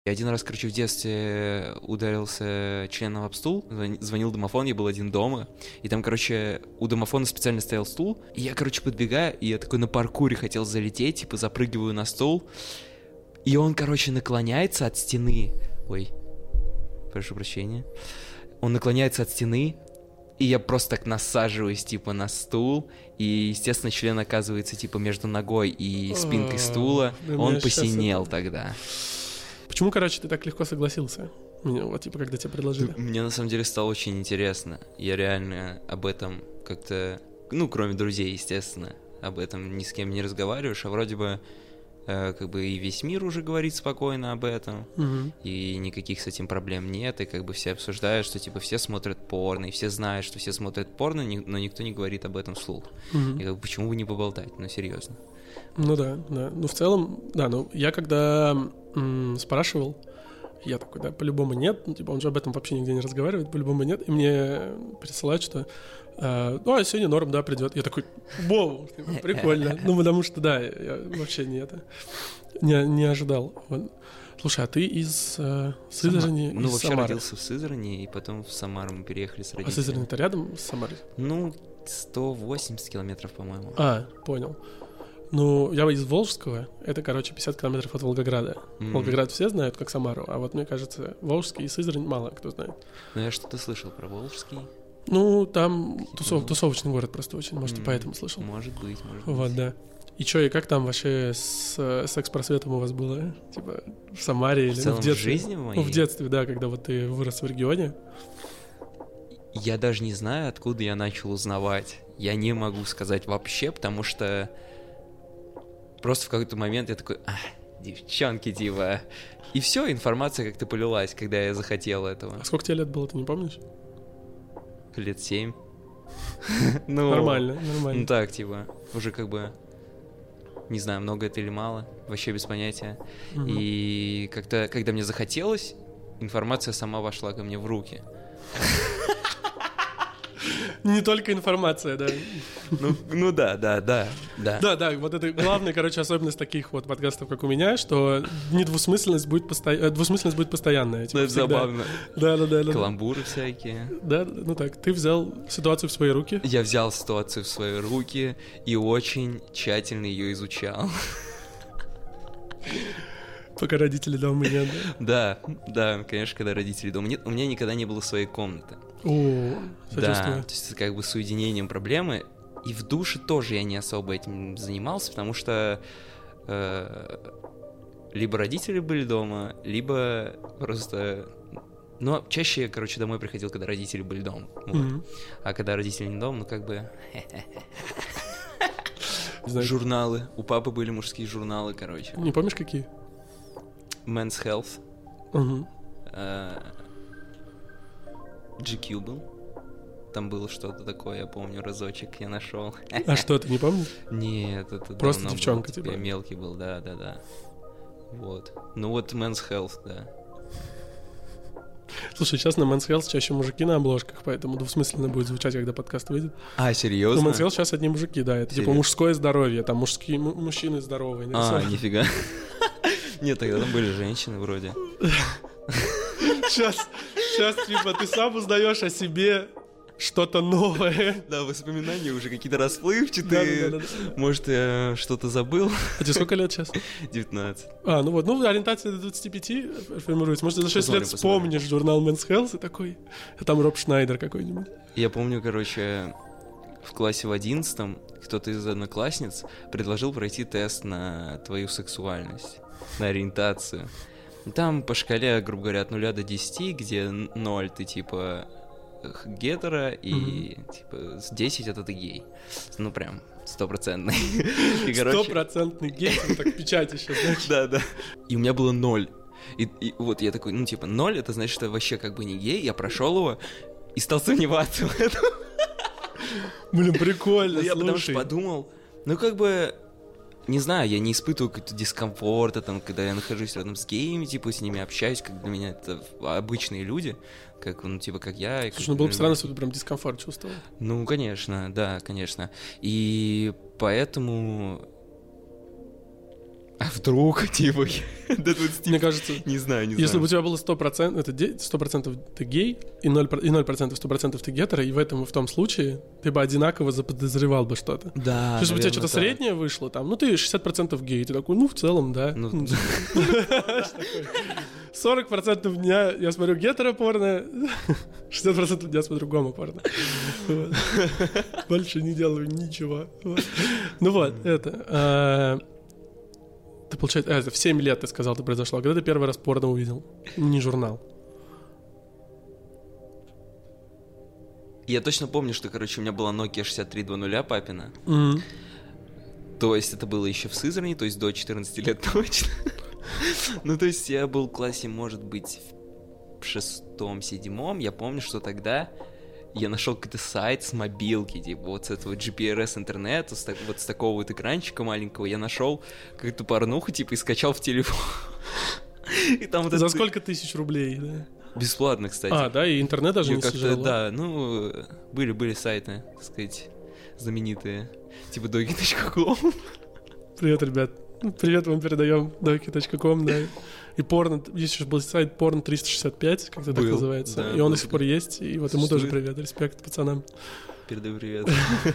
Я один раз, короче, в детстве ударился членом об стул, звонил домофон, я был один дома, и там, короче, у домофона специально стоял стул, и я, короче, подбегаю, и я такой на паркуре хотел залететь, типа запрыгиваю на стул, и он, короче, наклоняется от стены, прошу прощения, он наклоняется от стены, и я просто так насаживаюсь, типа, на стул, и, естественно, член оказывается, типа, между ногой и спинкой стула, он посинел тогда. Почему, короче, ты так легко согласился? Вот, типа, когда тебе предложили. Мне, на самом деле, стало очень интересно. Я реально об этом как-то... Ну, кроме друзей, естественно. Об этом ни с кем не разговариваешь. А вроде бы, как бы и весь мир уже говорит спокойно об этом. И никаких с этим проблем нет. И как бы все обсуждают, что, типа, все смотрят порно. И все знают, что все смотрят порно, но никто не говорит об этом вслух. И как бы, почему бы не поболтать? Ну, серьезно. Ну да. Ну, в целом, да, ну, я когда спрашивал, я такой, да, по-любому нет, ну, типа, он же об этом вообще нигде не разговаривает, по-любому нет, и мне присылают, что, ну, сегодня норм, да, придет. Я такой, воу, прикольно, ну, потому что, да, я вообще не ожидал. Вот. Слушай, а ты из Сызрани? Ну, вообще Самары. Родился в Сызрани, и потом в Самару мы переехали с родителями. А Сызрань это рядом с Самарой? Ну, 180 километров, по-моему. Понял. Ну, я из Волжского, это, короче, 50 километров от Волгограда. Волгоград все знают, как Самару, а вот, мне кажется, Волжский и Сызрань мало кто знает. Ну, я что-то слышал про Волжский. Ну, там тусовочный город просто очень, может, и поэтому слышал. Может быть. Вот, да. И чё, и как там вообще с секс-просветом у вас было? Типа, в Самаре или в детстве? В жизни моей? Ну, в детстве, да, когда вот ты вырос в регионе. Я даже не знаю, откуда я начал узнавать. Я не могу сказать вообще, потому что просто в какой-то момент я такой, девчонки, типа. И все, информация как-то полилась, когда я захотел этого. А сколько тебе лет было, ты не помнишь? Лет 7. Нормально. Ну так, типа, уже как бы, не знаю, много это или мало, вообще без понятия. И как-то, когда мне захотелось, информация сама вошла ко мне в руки. Не только информация, да. Ну да. Да, вот это главная, короче, особенность таких вот подкастов, как у меня, что недвусмысленность будет постоянная. Ну, это забавно. Да. Каламбуры всякие. Да, ну так, ты взял ситуацию в свои руки. Я взял ситуацию в свои руки и очень тщательно ее изучал. Пока родителей дома нет, да? Да, конечно, когда родителей дома нет. У меня никогда не было своей комнаты. Сочувствую. То есть как бы с уединением проблемы. И в душе тоже я не особо этим занимался, потому что либо родители были дома, либо просто... Ну, чаще я, короче, домой приходил, когда родители были дома. Вот. А когда родители не дома, ну как бы... Журналы. У папы были мужские журналы, короче. Не помнишь, какие? Men's Health. GQ был. Там было что-то такое, я помню, разочек я нашел. А что, ты не помнишь? Нет, это просто девчонка, типа. Я мелкий был, да. Вот. Ну вот Men's Health, да. Слушай, сейчас на Men's Health чаще мужики на обложках, поэтому двусмысленно будет звучать, когда подкаст выйдет. А, серьезно? На Men's Health сейчас одни мужики, да. Это типа мужское здоровье, там мужчины здоровые. Нифига. Нет, тогда там были женщины вроде. Сейчас, типа, ты сам узнаешь о себе что-то новое. Да, воспоминания уже какие-то расплывчатые. Да. Может, я что-то забыл. А тебе сколько лет сейчас? 19. Ну вот, ориентация до 25 формируется. Может, ты за 6 лет вспомнишь журнал Men's Health и такой, а там Роб Шнайдер какой-нибудь. Я помню, короче, в классе в 11-м кто-то из одноклассниц предложил пройти тест на твою сексуальность, на ориентацию. Там по шкале, грубо говоря, от 0 до 10, где 0 ты типа гетеро и типа с 10 это ты гей. Ну прям 100%. 100% гей, так печать еще, знаешь. Да. И у меня было 0. И вот я такой, ну типа 0, это значит, что я вообще как бы не гей. Я прошел его и стал сомневаться в этом. Блин, прикольно, я потому что подумал, ну как бы... Не знаю, я не испытываю какого-то дискомфорта, там, когда я нахожусь рядом с геями, типа, с ними общаюсь, как для меня это обычные люди, как, ну, типа, как я. Слушай, ну было бы странно, если бы ты прям дискомфорт чувствовал. Ну, конечно, да, конечно. И поэтому А вдруг, типа, до 20... Мне кажется, Не знаю. если бы у тебя было 100%, это 100% ты гей, и 0%, 100% ты гетеро, и в том случае ты бы одинаково заподозревал бы что-то. Да, если бы у тебя что-то среднее вышло, там, ну ты 60% гей, ты такой, ну в целом, да. 40% дня я смотрю гетеро-порно, 60% дня смотрю гомо-порно. Больше не делаю ничего. Ну вот, это... Ты, получается, это в 7 лет, ты сказал, это произошло. А когда ты первый раз порно увидел? Не журнал. Я точно помню, что, короче, у меня была Nokia 6320 папина. Mm-hmm. То есть это было еще в Сызрани, то есть до 14 лет точно. Ну, то есть я был в классе, может быть, в 6-7. Я помню, что тогда я нашел какой-то сайт с мобилки, типа вот с этого GPRS интернета, вот с такого вот экранчика маленького, я нашел какую-то порнуху, типа, и скачал в телефон. И там вот за сколько тысяч рублей, да? Бесплатно, кстати. А, да, и интернет даже не содержал? Да, ну, были сайты, так сказать, знаменитые, типа doki.com. Привет, ребят. Привет вам передаем doki.com, да. И порно, еще был сайт порно 365, как-то так называется. Да, и он до сих пор есть, и вот ему тоже привет, респект пацанам. Передаю привет.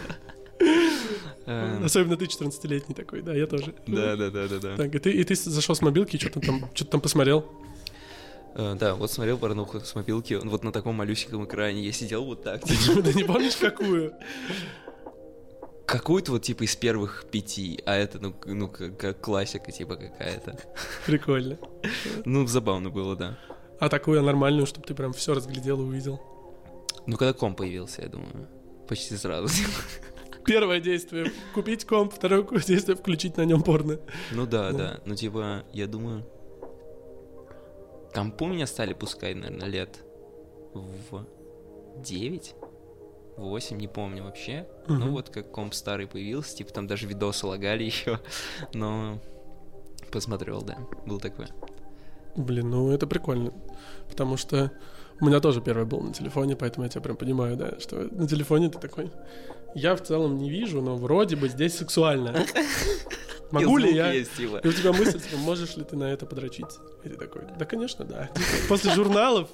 Особенно ты 14-летний такой, да, я тоже. Да. Так, и ты зашел с мобилки, что-то там посмотрел? Да, вот смотрел порнуху с мобилки, вот на таком малюсеньком экране, я сидел вот так. Ты не помнишь, какую? Какую-то вот типа из первых 5, а это, ну как классика типа какая-то. Прикольно. Ну, забавно было, да. А такую нормальную, чтобы ты прям все разглядел и увидел? Ну, когда комп появился, я думаю, почти сразу. Первое действие — купить комп, второе действие — включить на нем порно. Ну да. Ну типа, я думаю, компу меня стали пускать, наверное, лет в 9? 8, не помню вообще. Ну вот как комп старый появился, типа там даже видосы лагали еще. Но посмотрел, да, был такой. Блин, ну это прикольно. Потому что у меня тоже первый был на телефоне, поэтому я тебя прям понимаю, да, что на телефоне ты такой: я в целом не вижу, но вроде бы здесь сексуально. Могу ли я? И у тебя мысль, типа, можешь ли ты на это подрочить? И ты такой: да, конечно, да. После журналов,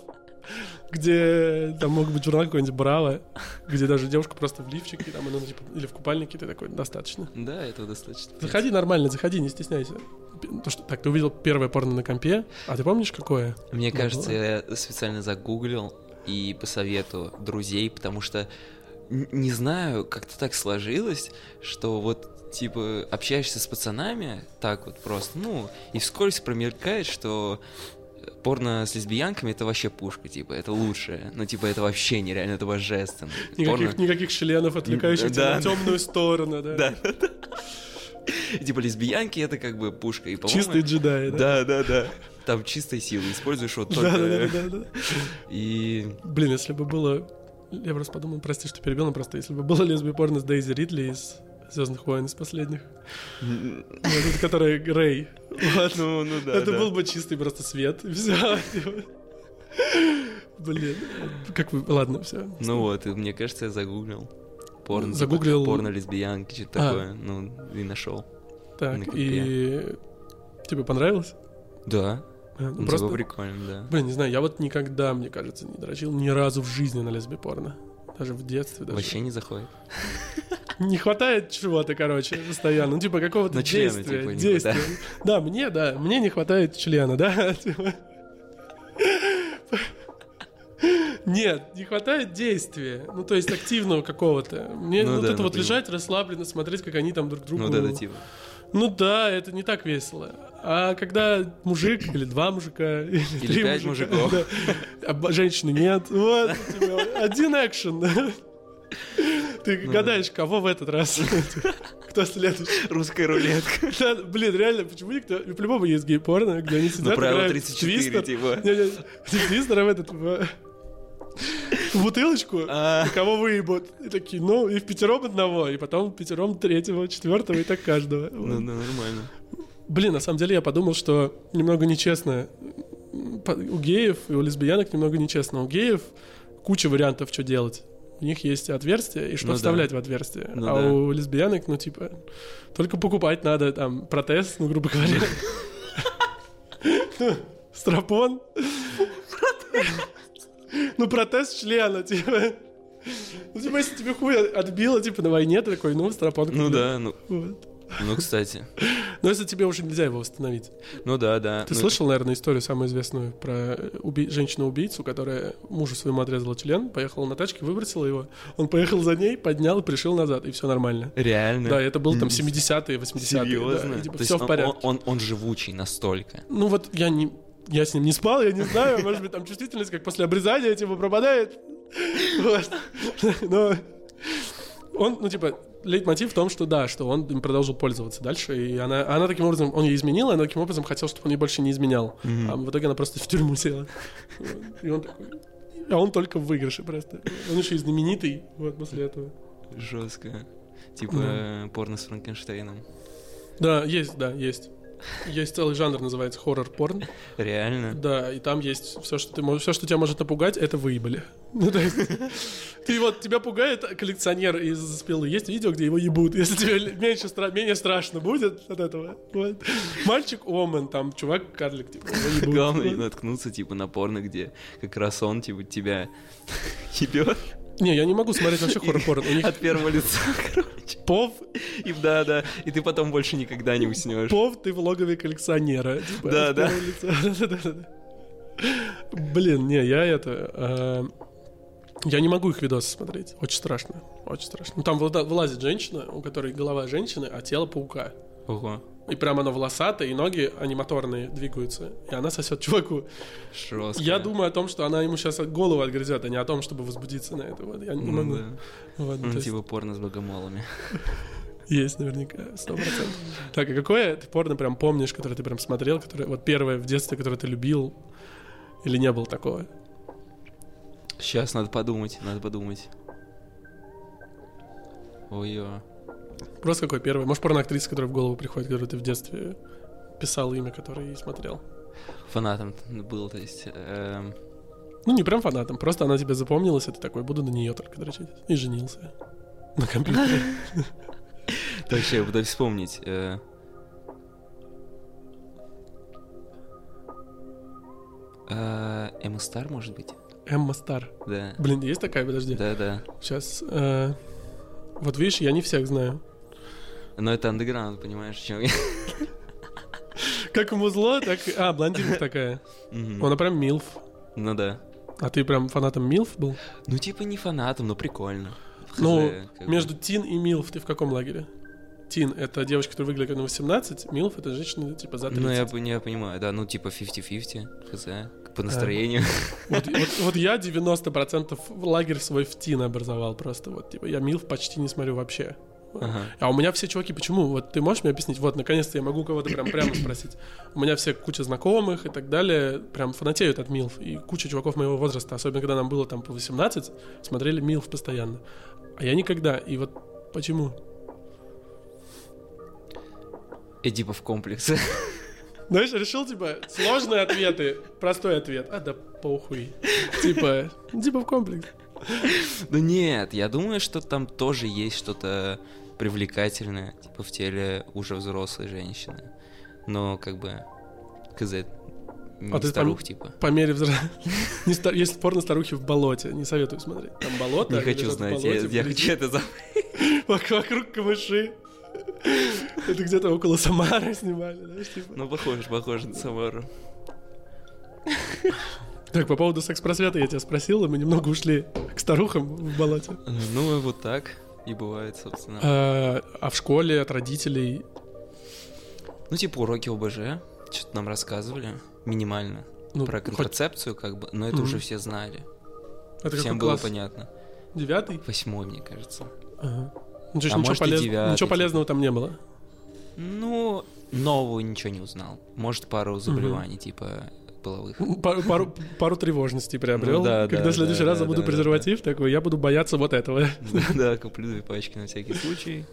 где там мог быть журнал какой-нибудь «Браво», где даже девушка просто в лифчике, там, она, типа, или в купальнике, ты такой: достаточно. Да, этого достаточно. Заходи нормально, заходи, не стесняйся. Так, ты увидел первое порно на компе, а ты помнишь, какое? Мне кажется, я специально загуглил и по совету друзей, потому что не знаю, как-то так сложилось, что вот типа общаешься с пацанами так вот просто, ну, и вскользь промелькает, что порно с лесбиянками — это вообще пушка, типа, это лучшее. Ну, типа, это вообще нереально, это божественно. Никаких членов, отвлекающих тебя на темную сторону, да. Да. Типа, лесбиянки — это как бы пушка. И, чистые джедаи, да? Да. Там чистой силы, используешь вот только... Да. И... Блин, если бы было... Я просто подумал, прости, что перебил, но просто если бы было лесби-порно с Дейзи Ридли из «Звездных войн», из последних, который Рэй. Ну да. Это был бы чистый просто свет. Все. Блин. Как вы... Ладно, все. Ну вот, и мне кажется, я загуглил. Порно, загуглил... порно лесбиянки, что-то такое. Ну, и нашел. Так, и... Тебе понравилось? Да. Ну, просто прикольно, да. Блин, не знаю, я вот никогда, мне кажется, не дрочил ни разу в жизни на лесби-порно. Даже в детстве. Даже. Вообще не заходит. Не хватает чего-то, короче, постоянно. Ну, типа, какого-то действия. Да, мне не хватает члена, да? Нет, не хватает действия. Ну, то есть активного какого-то. Мне вот это вот лежать расслабленно, смотреть, как они там друг другу... Ну да, типа. Ну да, это не так весело. А когда мужик, или 2 мужика, или 3 5 мужиков, да, а женщины нет, вот, один экшен. Ты гадаешь, кого в этот раз? Кто следующий? Русская рулетка. Да, блин, реально, почему никто... По-любому есть гей-порно, где они сидят, играют 34, твистер, типа. Твистера в этот... В бутылочку, кого выебут. И такие, ну, и в 5 одного, и потом в 5 3-го, 4-го, и так каждого. Ну, нормально. Блин, на самом деле я подумал, что немного нечестно. У геев и у лесбиянок немного нечестно. У геев куча вариантов, что делать. у них есть отверстие, и что Ну да. вставлять в отверстие. Ну а да. у лесбиянок, ну, типа, только покупать надо, там, протез, ну, грубо говоря. Ну, стропон. Ну, протез члена, типа. Ну, типа, если тебе хуй отбило, типа, на войне, ты такой, ну, стропон. Ну да, Вот. ну, кстати. Но если тебе уже нельзя его восстановить. Ну да, да. Ты Ну, слышал, наверное, историю самую известную про женщину-убийцу, которая мужу своему отрезала член, поехала на тачке, выбросила его, он поехал за ней, поднял и пришил назад, и все нормально. Реально? Да, это был там 70-е, 80-е. Серьезно? Да, и, типа, То все есть в порядке. он живучий настолько. Ну вот я с ним не спал, я не знаю, может быть, там чувствительность, как после обрезания, типа, пропадает. Вот. Но он, ну, типа, лейтмотив в том, что да, что он им продолжил пользоваться дальше, и она таким образом, он ей изменил, и она таким образом хотела, чтобы он ей больше не изменял. А в итоге она просто в тюрьму села. Вот. И он такой... А он только в выигрыше просто. Он еще и знаменитый, вот, после этого. Жестко. Типа порно с Франкенштейном. Да, есть. Есть целый жанр, называется хоррор-порн. Реально? Да, и там есть все, что тебя может напугать, это выебали. Ну, то есть, тебя пугает коллекционер из спилы. Есть видео, где его ебут. Если тебе менее страшно будет от этого. Вот. Мальчик-омен, там, чувак-карлик, типа, его ебут. Главное не наткнуться, типа, на порно, где как раз он, типа, тебя ебет. Не, я не могу смотреть вообще хоррор-порн. У них От первого лица, короче. пов, И да. И ты потом больше никогда не уснешь. ты в логове коллекционера. Типа, Да, от да. первого лица. Да. Блин, не, я не могу их видосы смотреть. Очень страшно. Ну, там вылазит женщина, у которой голова женщины, а тело паука. Ого. И прям оно волосатое, и ноги аниматорные двигаются. И она сосет чуваку. Жестко. Я думаю о том, что она ему сейчас голову отгрызет, а не о том, чтобы возбудиться на это. Вот, я не могу. Да. Вот, то Ну, есть типа порно с богомолами. есть наверняка, 100%. Так, а какое ты порно прям помнишь, которое ты прям смотрел, которое вот первое в детстве, которое ты любил? Или не было такого? Сейчас надо подумать. Ой-ё. Просто какое первое? Может, порноактриса, которая в голову приходит, которую ты в детстве писал имя, которое и смотрел? Фанатом был, то есть... Ну, не прям фанатом, просто она тебе запомнилась, и ты такой, буду на нее только дрочить. И женился. На компьютере. Так, что я буду вспомнить. Эмма Стар, может быть? Эмма Стар. Да. Блин, есть такая? Подожди. Да. Сейчас. Вот видишь, я не всех знаю. Но это андеграунд, понимаешь, в чем я? Как музло, так... блондинка такая. Она прям милф. Ну да. А ты прям фанатом милф был? Ну, типа не фанатом, но прикольно. Ну, как между тин и милф ты в каком лагере? Тин — это девочка, которая выглядит как на 18, милф — это женщина, типа, за 30. Ну, я понимаю, да, ну, типа 50-50, хз, по настроению. Вот я 90% лагерь свой в тин образовал просто, вот, типа, я милф почти не смотрю вообще. Ага. А у меня все чуваки, почему? Вот ты можешь мне объяснить? Вот, наконец-то я могу кого-то прямо спросить. У меня все куча знакомых и так далее, прям фанатеют от милф. И куча чуваков моего возраста, особенно когда нам было там по 18, смотрели милф постоянно. А я никогда. И вот почему? Эдипов комплекс. Знаешь, решил, типа, сложные ответы, простой ответ. Да похуй. Типа в комплекс. Ну нет, я думаю, что там тоже есть что-то привлекательное, типа в теле уже взрослой женщины. Но как бы, хз, не старух, типа. По мере взросления. Есть порно-старухи в болоте, не советую смотреть. Там болото. Не хочу знать, я хочу это забыть. Вокруг камыши. Это где-то около Самары снимали, знаешь, типа. Ну, похоже на Самару. Так, по поводу секс-просвета я тебя спросил, и мы немного ушли к старухам в болоте. Ну, вот так и бывает, собственно. А в школе от родителей? Ну, типа уроки ОБЖ, что-то нам рассказывали, минимально. Ну, про контрацепцию, как бы, но это уже все знали. Это всем было понятно. 9-й? 8-й, мне кажется. Ага. Ничего полезного там не было? Ну, нового ничего не узнал. Может, пару заболеваний, типа половых. Пару тревожностей приобрел. Ну, да, когда в следующий раз забуду презерватив, такой, я буду бояться вот этого. Да, куплю 2 пачки на всякий случай.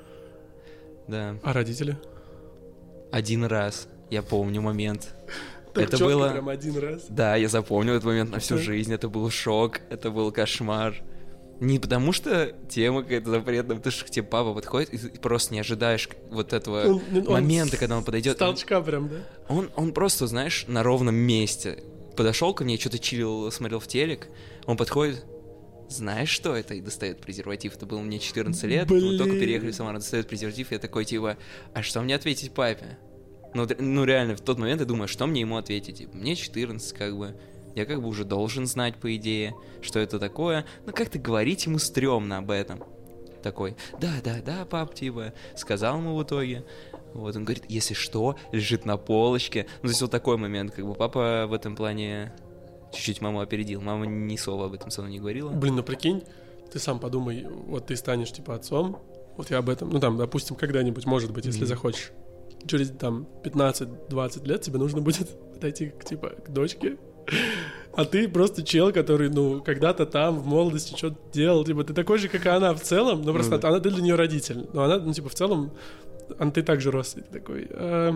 Да. А родители? Один раз, я помню момент. Это четко, было... прям один раз. Да, я запомнил этот момент на всю жизнь. Это был шок, это был кошмар. Не потому что тема какая-то запретная, потому что к тебе папа подходит, и ты просто не ожидаешь вот этого момента, когда он подойдет. С толчка прям, да? Он просто, знаешь, на ровном месте подошел ко мне, что-то чилил, смотрел в телек, он подходит, знаешь, что это? И достает презерватив. Это было мне 14 лет, мы только переехали в Самару, достает презерватив, и я такой, типа, а что мне ответить папе? Ну, реально, в тот момент я думаю, что мне ему ответить? Типа, мне 14, как бы, я как бы уже должен знать, по идее, что это такое, но как-то говорить ему стрёмно об этом. Такой, да, пап, типа, сказал ему в итоге. Вот, он говорит, если что, лежит на полочке. Ну, то есть вот такой момент, как бы, папа в этом плане чуть-чуть маму опередил. Мама ни слова об этом со мной не говорила. Блин, ну прикинь, ты сам подумай, вот ты станешь, типа, отцом, вот я об этом, ну, там, допустим, когда-нибудь, может быть, если захочешь, через, там, 15-20 лет тебе нужно будет подойти, типа, к дочке, а ты просто чел, который, ну, когда-то там, в молодости что-то делал, типа, ты такой же, как и она в целом, но просто она, ты для нее родитель, но она, ну, типа, в целом, ты также рос, и ты такой...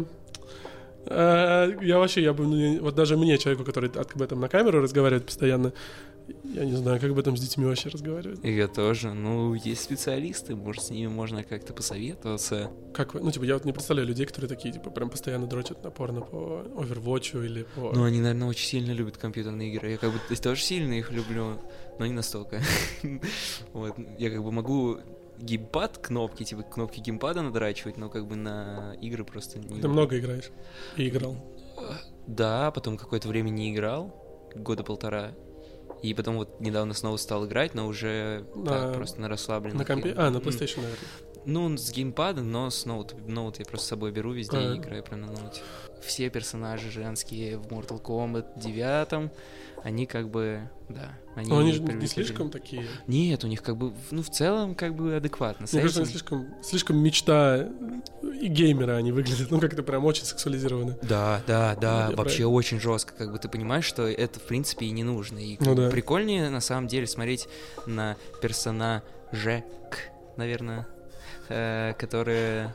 Я вообще, вот даже мне, человеку, который об этом на камеру разговаривает постоянно, я не знаю, как об этом с детьми вообще разговаривать. И я тоже. Ну, есть специалисты, может, с ними можно как-то посоветоваться. Как вы? Ну, типа, я вот не представляю людей, которые такие, типа, прям постоянно дрочат на порно по Overwatch или по... Ну, они, наверное, очень сильно любят компьютерные игры. Я как бы тоже сильно их люблю, но не настолько. Вот, я как бы могу... геймпад, кнопки, типа кнопки геймпада надрачивать, но как бы на игры просто не... Ты много играешь? И играл? Да, потом какое-то время не играл, года полтора, и потом вот недавно снова стал играть, но уже так, просто на расслабленном. На компе? На PlayStation, наверное. Ну, с геймпада, но с ноут я просто с собой беру везде и играю прям на ноуте. Все персонажи женские в Mortal Kombat 9, они как бы, да. Они же не слишком такие? Нет, у них как бы, ну, в целом, как бы адекватно. Мне кажется, они слишком мечта и геймера они выглядят, ну, как-то прям очень сексуализированы. Да, вообще очень жестко, как бы ты понимаешь, что это, в принципе, и не нужно. И прикольнее, на самом деле, смотреть на персонажек, наверное, которые...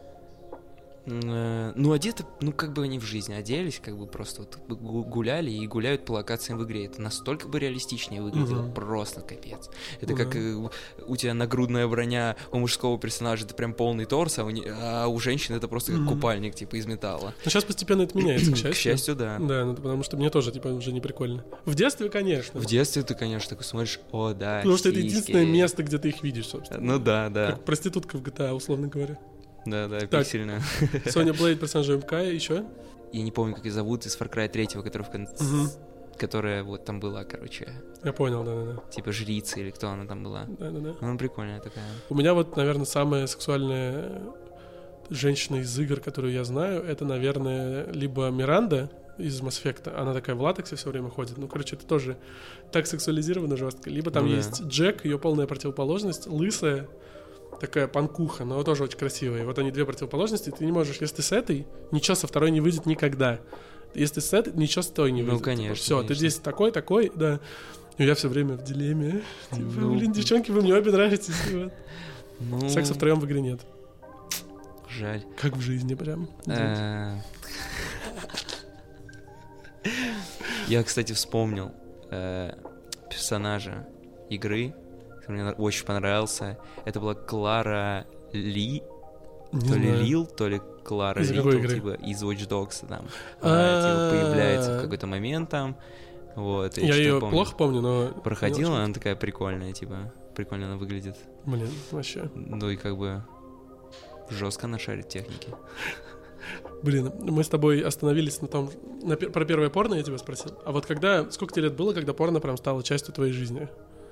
Ну, одеты, ну, как бы они в жизни оделись, как бы просто вот гуляли и гуляют по локациям в игре. Это настолько бы реалистичнее выглядело, просто капец. Это как у тебя нагрудная броня у мужского персонажа, это прям полный торс, а у женщины это просто как купальник, типа, из металла. Но сейчас постепенно это меняется, к счастью. К счастью, да. Да, ну, потому что мне тоже, типа, уже не прикольно. В детстве, конечно. В детстве ты, конечно, такой смотришь, о, да, потому что это единственное место, где ты их видишь, собственно. Ну да. Как проститутка в GTA, условно говоря. Да, пиксельная. Соня Блейд, персонаж МК, еще? Я не помню, как ее зовут, из Far Cry 3, который в конце... Которая вот там была, короче. Я понял, да. Типа жрица или кто она там была. Да. Она прикольная такая. У меня вот, наверное, самая сексуальная женщина из игр, которую я знаю, это, наверное, либо Миранда из Mass Effect, она такая в латексе все время ходит. Ну, короче, это тоже так сексуализировано жестко. Либо там есть Джек, ее полная противоположность, лысая, такая панкуха, но тоже очень красивая. И вот они две противоположности, ты не можешь, если ты с этой, ничего со второй не выйдет никогда. Если с этой, ничего с той не выйдет. Ну, конечно. Все, конечно. ты здесь такой, да. И я все время в дилемме. Типа, блин, девчонки, вы мне обе нравитесь. Вот. Ну... Секса втроем в игре нет. Жаль. Как в жизни прям. Я, кстати, вспомнил персонажа игры, который мне очень понравился. Это была Клара Ли. То ли Лил, то ли Клара Литл, типа из Watch Dogs там. Она типа появляется в какой-то момент там. Вот, я ее плохо помню, но... Проходила, она такая прикольная, типа, прикольно она выглядит. Блин, вообще. Ну и как бы жестко она шарит техники. Блин, мы с тобой остановились на том... Про первое порно я тебя спросил. А вот сколько тебе лет было, когда порно прям стало частью твоей жизни?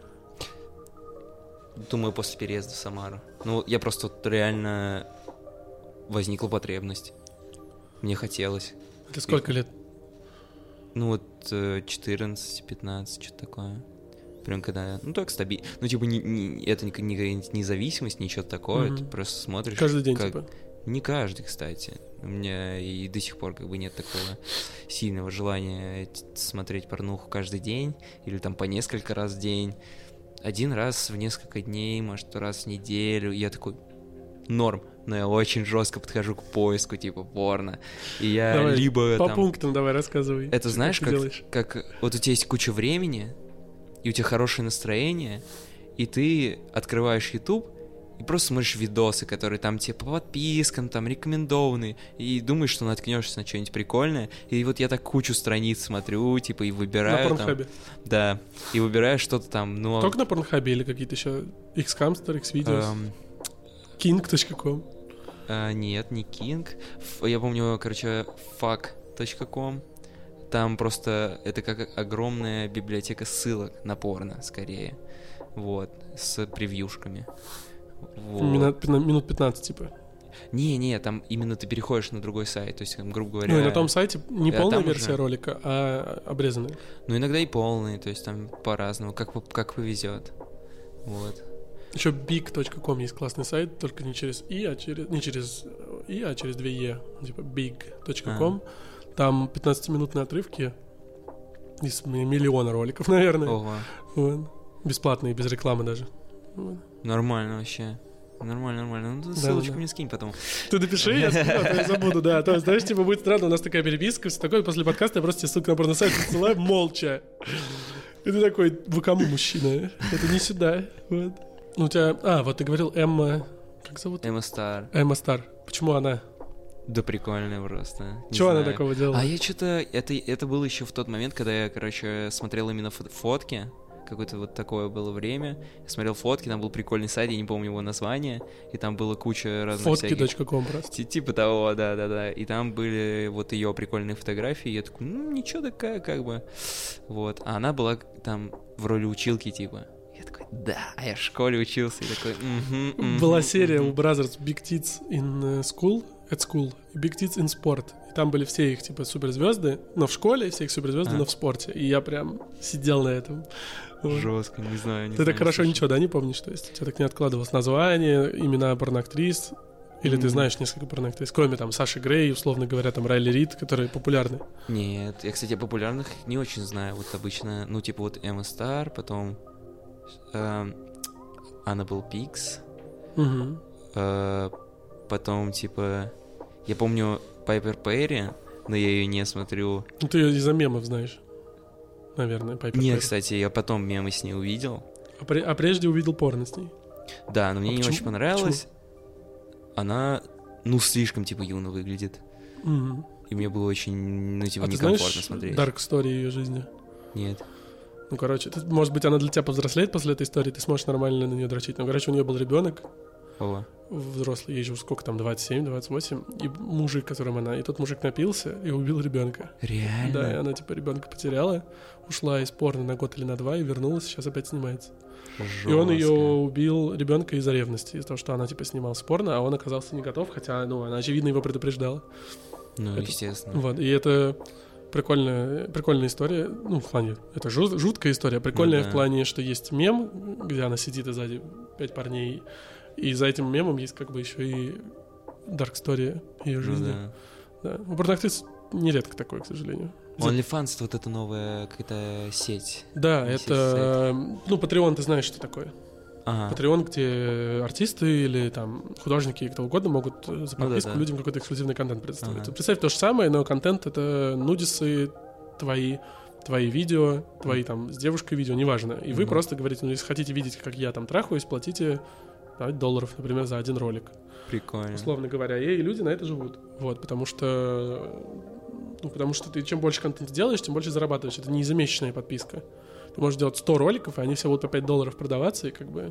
Думаю, после переезда в Самару. Ну, я просто вот реально... Возникла потребность. Мне хотелось. Это сколько лет? Ну вот 14-15, что-то такое. Прям когда... Ну так стабильно. Ну типа это не зависимость, ничего такое. Ты просто смотришь... Каждый день типа? Не каждый, кстати. У меня и до сих пор как бы нет такого сильного желания смотреть порнуху каждый день. Или там по несколько раз в день. Один раз в несколько дней, может раз в неделю. Я такой... Норм. но я очень жестко подхожу к поиску, типа, порно. И я Давай, либо по там... пунктам давай рассказывай. Это знаешь, ты делаешь. как вот у тебя есть куча времени, и у тебя хорошее настроение, и ты открываешь YouTube и просто смотришь видосы, которые там тебе по подпискам, там рекомендованные, и думаешь, что наткнешься на что-нибудь прикольное. И вот я так кучу страниц смотрю, типа, и выбираю. На Порнхабе? Да, и выбираю что-то там, ну... Только на Порнхабе или какие-то еще Xhamster, Xvideos, King.com? Нет, не King. Я помню, короче, fuck.com. Там просто это как огромная библиотека ссылок на порно, скорее. Вот, с превьюшками. Вот. Минут 15, типа. Не, там именно ты переходишь на другой сайт, то есть, грубо говоря... Ну и на том сайте не полная версия уже... ролика, а обрезанная. Ну иногда и полные, то есть там по-разному, как повезет. Вот. Еще big.com есть классный сайт, только не через и, а через... Не через и, а через 2 е. Типа big.com. Там 15-минутные отрывки из миллиона роликов, наверное. Ого. Вот. Бесплатные, без рекламы даже. Вот. Нормально вообще. Нормально. Ну, ссылочку мне скинь потом. Ты напиши, я забуду, да. То есть, знаешь, типа, будет странно, у нас такая переписка, все такое, после подкаста я просто тебе ссылку на порносайт отсылаю молча. И ты такой, вы кому, мужчина? Это не сюда. Вот. Ну, у тебя... вот ты говорил Эмма... Как зовут? Эмма Стар. Эмма Стар. Почему она? Да прикольная просто. Чего она такого делала? А я что-то... Это было еще в тот момент, когда я, короче, смотрел именно фотки. Какое-то вот такое было время. Я смотрел фотки, там был прикольный сайт, я не помню его название, и там было куча разных Фотки.ком просто. Типа того, да. И там были вот ее прикольные фотографии, и я такой, ничего такая, как бы. Вот. А она была там в роли училки, типа. Я такой, да, я в школе учился. И такой, была серия у Brothers Big Tits in School, at School, и Big Tits in Sport. И там были все их, типа, суперзвезды, но в школе, все их суперзвезды, но в спорте. И я прям сидел на этом. Жестко, не знаю. Ты так хорошо ничего, да, не помнишь? То есть у тебя так не откладывалось название, имена порноактрис? Или ты знаешь несколько порноактрис? Кроме там Саши Грей, условно говоря, там Райли Рид, которые популярны. Нет, я, кстати, популярных не очень знаю. Вот обычно, ну, типа вот Эмма Стар, потом Annabelle Пикс, потом, типа, я помню Пайпер Перри, но я ее не смотрю. Ну, ты ее из-за мемов знаешь, наверное, Пайпер Перри. Нет, кстати, я потом мемы с ней увидел. А прежде увидел порно с ней? Да, но мне не очень понравилось. Почему? Она, слишком, типа, юно выглядит. И мне было очень, некомфортно смотреть. Dark Story ее жизни? Нет. Ну, короче, может быть, она для тебя повзрослеет после этой истории, ты сможешь нормально на нее дрочить. Но, короче, у нее был ребенок. Взрослый, ей же сколько там, 27-28, и мужик, которым она, и тот мужик напился и убил ребенка. Реально? Да, и она типа ребенка потеряла, ушла из порно на год или на 2 и вернулась, сейчас опять снимается. Жестко. И он ее убил, ребенка, из-за ревности, из-за того, что она типа снималась порно, а он оказался не готов, хотя, она очевидно его предупреждала. Естественно. Вот, и это прикольная история, в плане, это жуткая история, прикольная в плане, что есть мем, где она сидит и сзади 5 парней. И за этим мемом есть как бы еще и dark story ее жизни. Да. У порноактрис нередко такое, к сожалению. OnlyFans — вот это новая какая-то сеть. Да, это... Patreon, ты знаешь, что такое. Patreon, где артисты или там художники, кто угодно могут за подписку людям какой-то эксклюзивный контент предоставить. Представь то же самое, но контент — это нудисы твои видео, твои там с девушкой видео, неважно. И вы просто говорите, если хотите видеть, как я там трахаюсь, платите $5, например, за один ролик. Прикольно. Условно говоря. И люди на это живут. Вот, потому что ты чем больше контента делаешь, тем больше зарабатываешь. Это не ежемесячная подписка. Ты можешь делать 100 роликов, и они все будут по $5 продаваться, и как бы...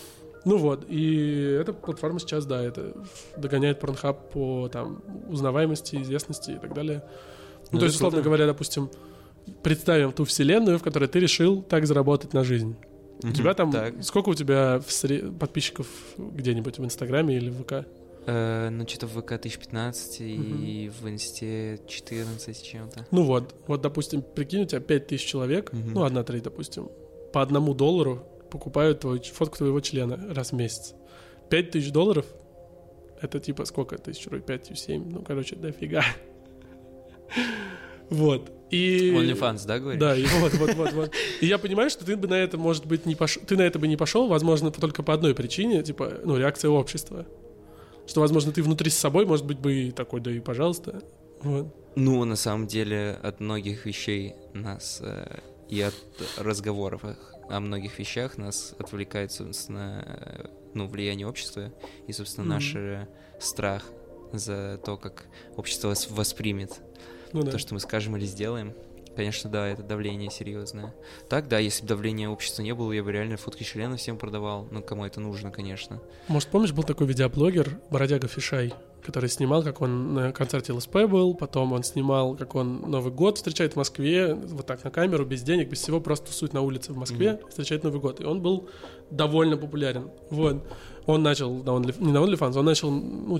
И эта платформа сейчас, да, это догоняет Pornhub по там узнаваемости, известности и так далее. То есть, условно говоря, допустим, представим ту вселенную, в которой ты решил так заработать на жизнь. У тебя там... Сколько у тебя подписчиков где-нибудь в Инстаграме или в ВК? Что-то в ВК 1015 и в Инсте 14 чем-то. Допустим, прикинь, у тебя 5000 человек, 1/3, допустим, по $1 покупают фотку твоего члена раз в месяц. $5000 это типа сколько? 1000 рублей? 5-7? Дофига. Вот. И... OnlyFans, да, говоришь? Да, и вот. И я понимаю, что ты бы на это, может быть, не пошел. Ты на это бы не пошел, возможно, только по одной причине, типа, реакция общества. Что, возможно, ты внутри с собой, может быть, бы и такой, да и пожалуйста. Вот. Ну, на самом деле, от многих вещей нас и от разговоров о многих вещах нас отвлекает, собственно, влияние общества и, собственно, наш страх за то, как общество воспримет то, что мы скажем или сделаем. Конечно, да, это давление серьезное. Так, да, если бы давления общества не было, я бы реально фотки члена всем продавал. Ну, кому это нужно, конечно. Может, помнишь, был такой видеоблогер Бродяга Фишай, который снимал, как он на концерте ЛСП был, потом он снимал, как он Новый год встречает в Москве, вот так на камеру, без денег, без всего, просто тусует на улице в Москве, встречает Новый год. И он был довольно популярен. Вот. Он начал, не на OnlyFans, он начал,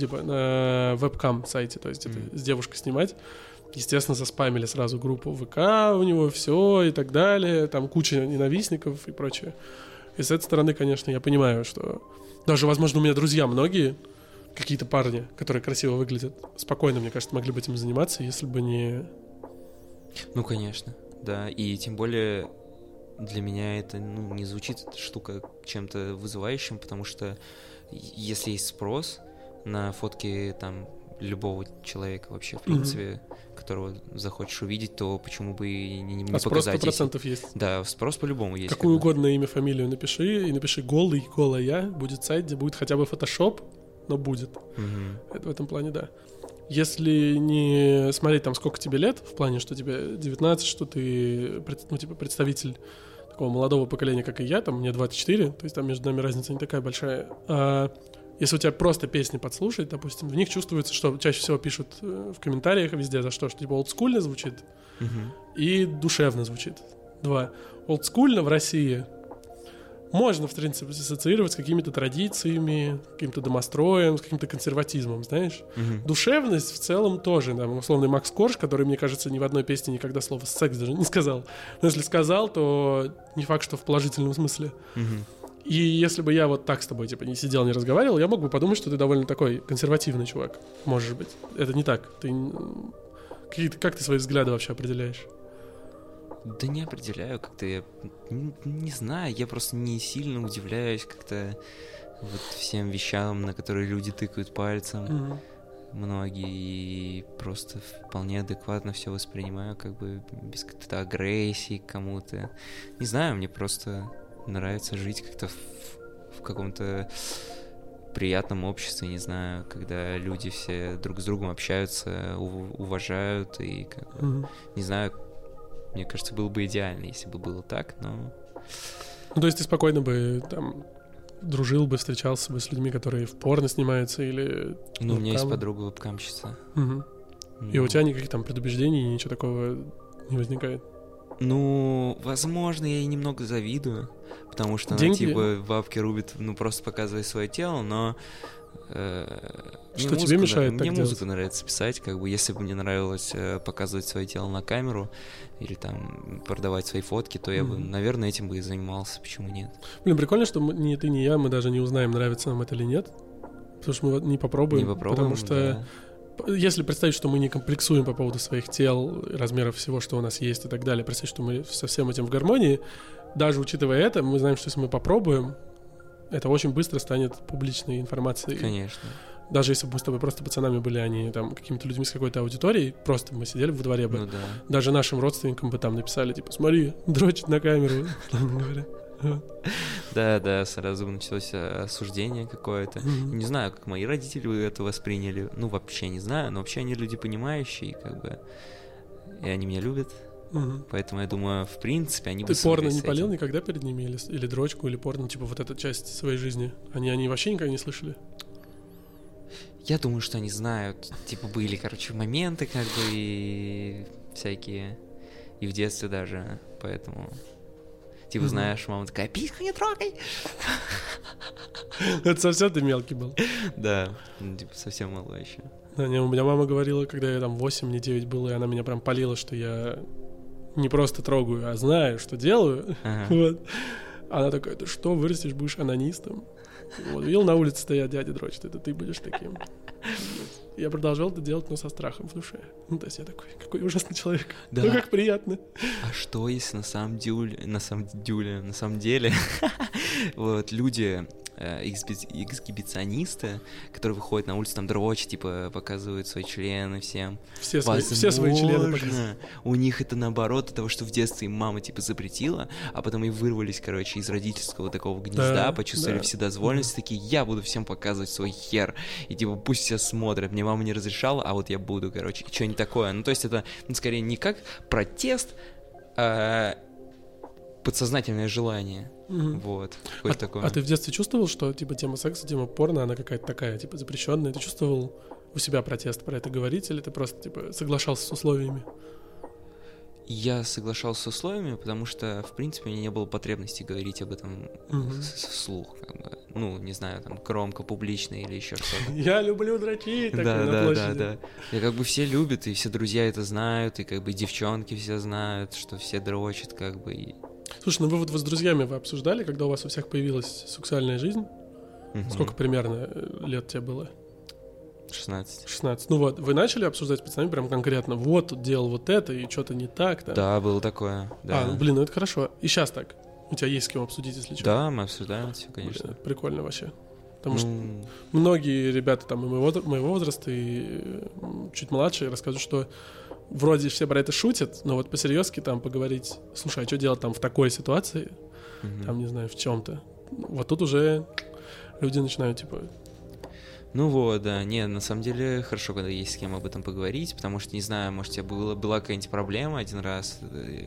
на вебкам сайте, то есть это с девушкой снимать. Естественно, заспамили сразу группу ВК у него, все и так далее, там куча ненавистников и прочее. И с этой стороны, конечно, я понимаю, что даже, возможно, у меня друзья многие, какие-то парни, которые красиво выглядят, спокойно, мне кажется, могли бы этим заниматься, если бы не... Ну, конечно, да, и тем более для меня это, не звучит эта штука чем-то вызывающим, потому что если есть спрос на фотки там любого человека вообще, в принципе, которого захочешь увидеть, то почему бы и не показать. А спрос 100% есть. Да, спрос по-любому есть. Какую угодно имя, фамилию напиши, и напиши голый, голая, будет сайт, где будет хотя бы фотошоп, но будет. Это в этом плане, да. Если не смотреть там, сколько тебе лет, в плане, что тебе 19, что ты, представитель такого молодого поколения, как и я, там, мне 24, то есть там между нами разница не такая большая. Если у тебя просто песни подслушать, допустим, в них чувствуется, что чаще всего пишут в комментариях везде за что типа олдскульно звучит и душевно звучит. 2. Олдскульно в России можно, в принципе, ассоциировать с какими-то традициями, каким-то домостроем, с каким-то консерватизмом, знаешь. Душевность в целом тоже, да, условный Макс Корж, который, мне кажется, ни в одной песне никогда слово «секс» даже не сказал. Но если сказал, то не факт, что в положительном смысле. И если бы я вот так с тобой, не сидел, не разговаривал, я мог бы подумать, что ты довольно такой консервативный чувак. Может быть. Это не так. Как ты свои взгляды вообще определяешь? Да не определяю, как-то я не знаю, я просто не сильно удивляюсь как-то вот всем вещам, на которые люди тыкают пальцем. Многие, и просто вполне адекватно все воспринимаю, как бы без какой-то агрессии к кому-то. Не знаю, мне просто нравится жить как-то в каком-то приятном обществе, не знаю, когда люди все друг с другом общаются, уважают, и не знаю, мне кажется, было бы идеально, если бы было так, но... Ну, то есть ты спокойно бы там дружил бы, встречался бы с людьми, которые в порно снимаются или... Ну, у меня есть подруга вебкамщица. И у тебя никаких там предубеждений, ничего такого не возникает? Ну, возможно, я ей немного завидую, потому что деньги? Она, бабки рубит, просто показывая свое тело, но... Что тебе мешает так делать? Мне музыку делать? Нравится писать, если бы мне нравилось показывать свое тело на камеру или там продавать свои фотки, то я бы, наверное, этим бы и занимался, почему нет? Блин, прикольно, что ни ты, ни я, мы даже не узнаем, нравится нам это или нет, потому что мы не попробуем. Потому что если представить, что мы не комплексуем по поводу своих тел, размеров всего, что у нас есть и так далее, представить, что мы со всем этим в гармонии, даже учитывая это, мы знаем, что если мы попробуем, это очень быстро станет публичной информацией. Конечно. Даже если бы мы с тобой просто пацанами были, а не там какими-то людьми с какой-то аудиторией, просто мы сидели во дворе бы. Даже нашим родственникам бы там написали, смотри, дрочит на камеру. Да, сразу началось осуждение какое-то. Не знаю, как мои родители это восприняли. Вообще не знаю, но вообще они люди понимающие, и они меня любят. Поэтому я думаю, в принципе, они бы... Ты порно не палил никогда перед ними? Или дрочку, или порно, вот эта часть своей жизни? Они вообще никогда не слышали? Я думаю, что они знают. Были, моменты, и всякие. И в детстве даже. Поэтому... знаешь, мама такая: письку не трогай! Это совсем ты мелкий был? Да, совсем малой еще. У меня мама говорила, когда я там 8, мне 9 было, и она меня прям палила, что я не просто трогаю, а знаю, что делаю. Вот. Она такая: ты что, вырастешь, будешь анонистом? Видел, на улице стоят, дядя дрочит, это ты будешь таким. Я продолжал это делать, но со страхом в душе. То есть я такой: какой ужасный человек. Да. Как приятно. А что, если на самом деле люди эксгибиционисты, которые выходят на улицу, там дрочат, типа, показывают свои члены всем. Все свои члены показывают. У них это наоборот от того, что в детстве им мама, типа, запретила, а потом и вырвались, короче, из родительского такого гнезда, почувствовали вседозволенность, такие, я буду всем показывать свой хер, и, типа, пусть все смотрят, мне мама не разрешала, а вот я буду, короче, и что-нибудь такое. Ну, то есть это, скорее, не как протест, а подсознательное желание. Вот. Такое. А ты в детстве чувствовал, что, типа, тема секса, тема порно, она какая-то такая, типа, запрещенная? Ты чувствовал у себя протест про это говорить, или ты просто, типа, соглашался с условиями? Я соглашался с условиями, потому что, в принципе, у меня не было потребности говорить об этом вслух. Как бы. Ну, не знаю, там, громко, публично или еще что-то. Я люблю дрочить, так на площади. Да. И как бы все любят, и все друзья это знают, и как бы девчонки все знают, что все дрочат, как бы. И... Слушай, ну вы с друзьями вы обсуждали, когда у вас у всех появилась сексуальная жизнь? Сколько примерно лет тебе было? 16. Ну вот, вы начали обсуждать с пацанами прям конкретно, вот, тут делал вот это, и что-то не так, да? Да, было такое, да. Ну это хорошо. И сейчас так? У тебя есть с кем обсудить, если что? Да, мы обсуждаем все, конечно. Блин, прикольно вообще. Потому что многие ребята там и моего возраста, и чуть младшие рассказывают, что вроде все про это шутят, но вот по-серьезки там поговорить, слушай, а что делать там в такой ситуации, там, не знаю, в чем-то. Вот тут уже люди начинают, типа... Ну вот, да, не, на самом деле хорошо, когда есть с кем об этом поговорить, потому что, не знаю, может, у тебя была какая-нибудь проблема один раз,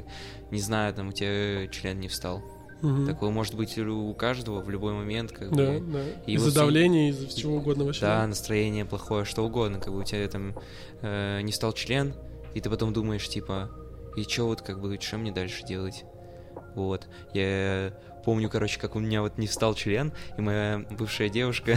не знаю, там, у тебя член не встал. Такое может быть у каждого в любой момент, как бы. Да. Из-за давления, из-за чего угодно вообще. Да, настроение плохое, что угодно, как бы у тебя там не встал член, и ты потом думаешь, типа, и чё вот, как бы, что мне дальше делать? Вот, я помню, короче, как у меня вот не встал член, и моя бывшая девушка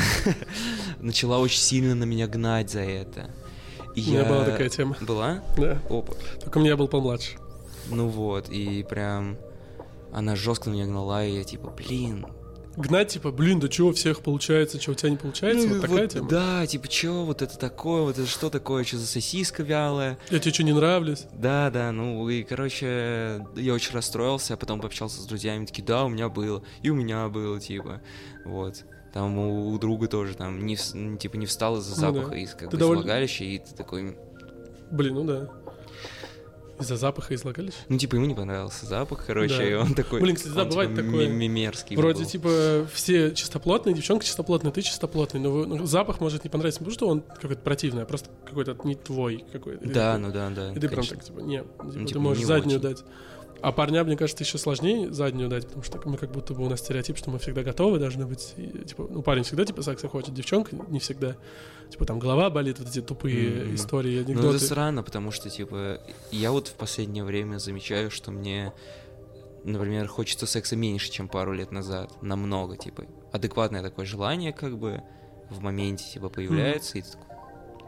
начала очень сильно на меня гнать за это. У меня была такая тема. Была? Да. Опа. Только я был помладше. Ну вот, и прям она жестко на меня гнала, и я типа, блин. Гнать, типа, блин, да чего у всех получается, чего у тебя не получается? Вот такая тема? Да, типа, чё, вот это такое, вот это что такое, что за сосиска вялая? Я тебе что, не нравлюсь? Да, ну и, короче, я очень расстроился, а потом пообщался с друзьями, такие, да, у меня было, и у меня было, типа, вот. Там у друга тоже, там, не встал из-за запаха, из как бы влагалища, и ты такой... Блин, ну да. Из-за запаха из влагалища? Ну, типа, ему не понравился запах, короче, да. И он такой... Блин, кстати, да, бывает такое. Мерзкий. Вроде, типа, все чистоплотные, девчонка чистоплотная, ты чистоплотный, но запах может не понравиться, не потому что он какой-то противный, а просто какой-то не твой какой-то. Да, ну да. И ты прям так, типа, нет, типа, ты можешь заднюю дать. А парням, мне кажется, еще сложнее заднюю дать, потому что мы как будто бы у нас стереотип, что мы всегда готовы должны быть. И, типа, ну, парень всегда, типа, секса хочет, девчонка не всегда. Типа, там голова болит, вот эти тупые истории, анекдоты. Ну, это странно, потому что, типа, я вот в последнее время замечаю, что мне, например, хочется секса меньше, чем пару лет назад. Намного, типа. Адекватное такое желание, как бы, в моменте, типа, появляется, и ты такой,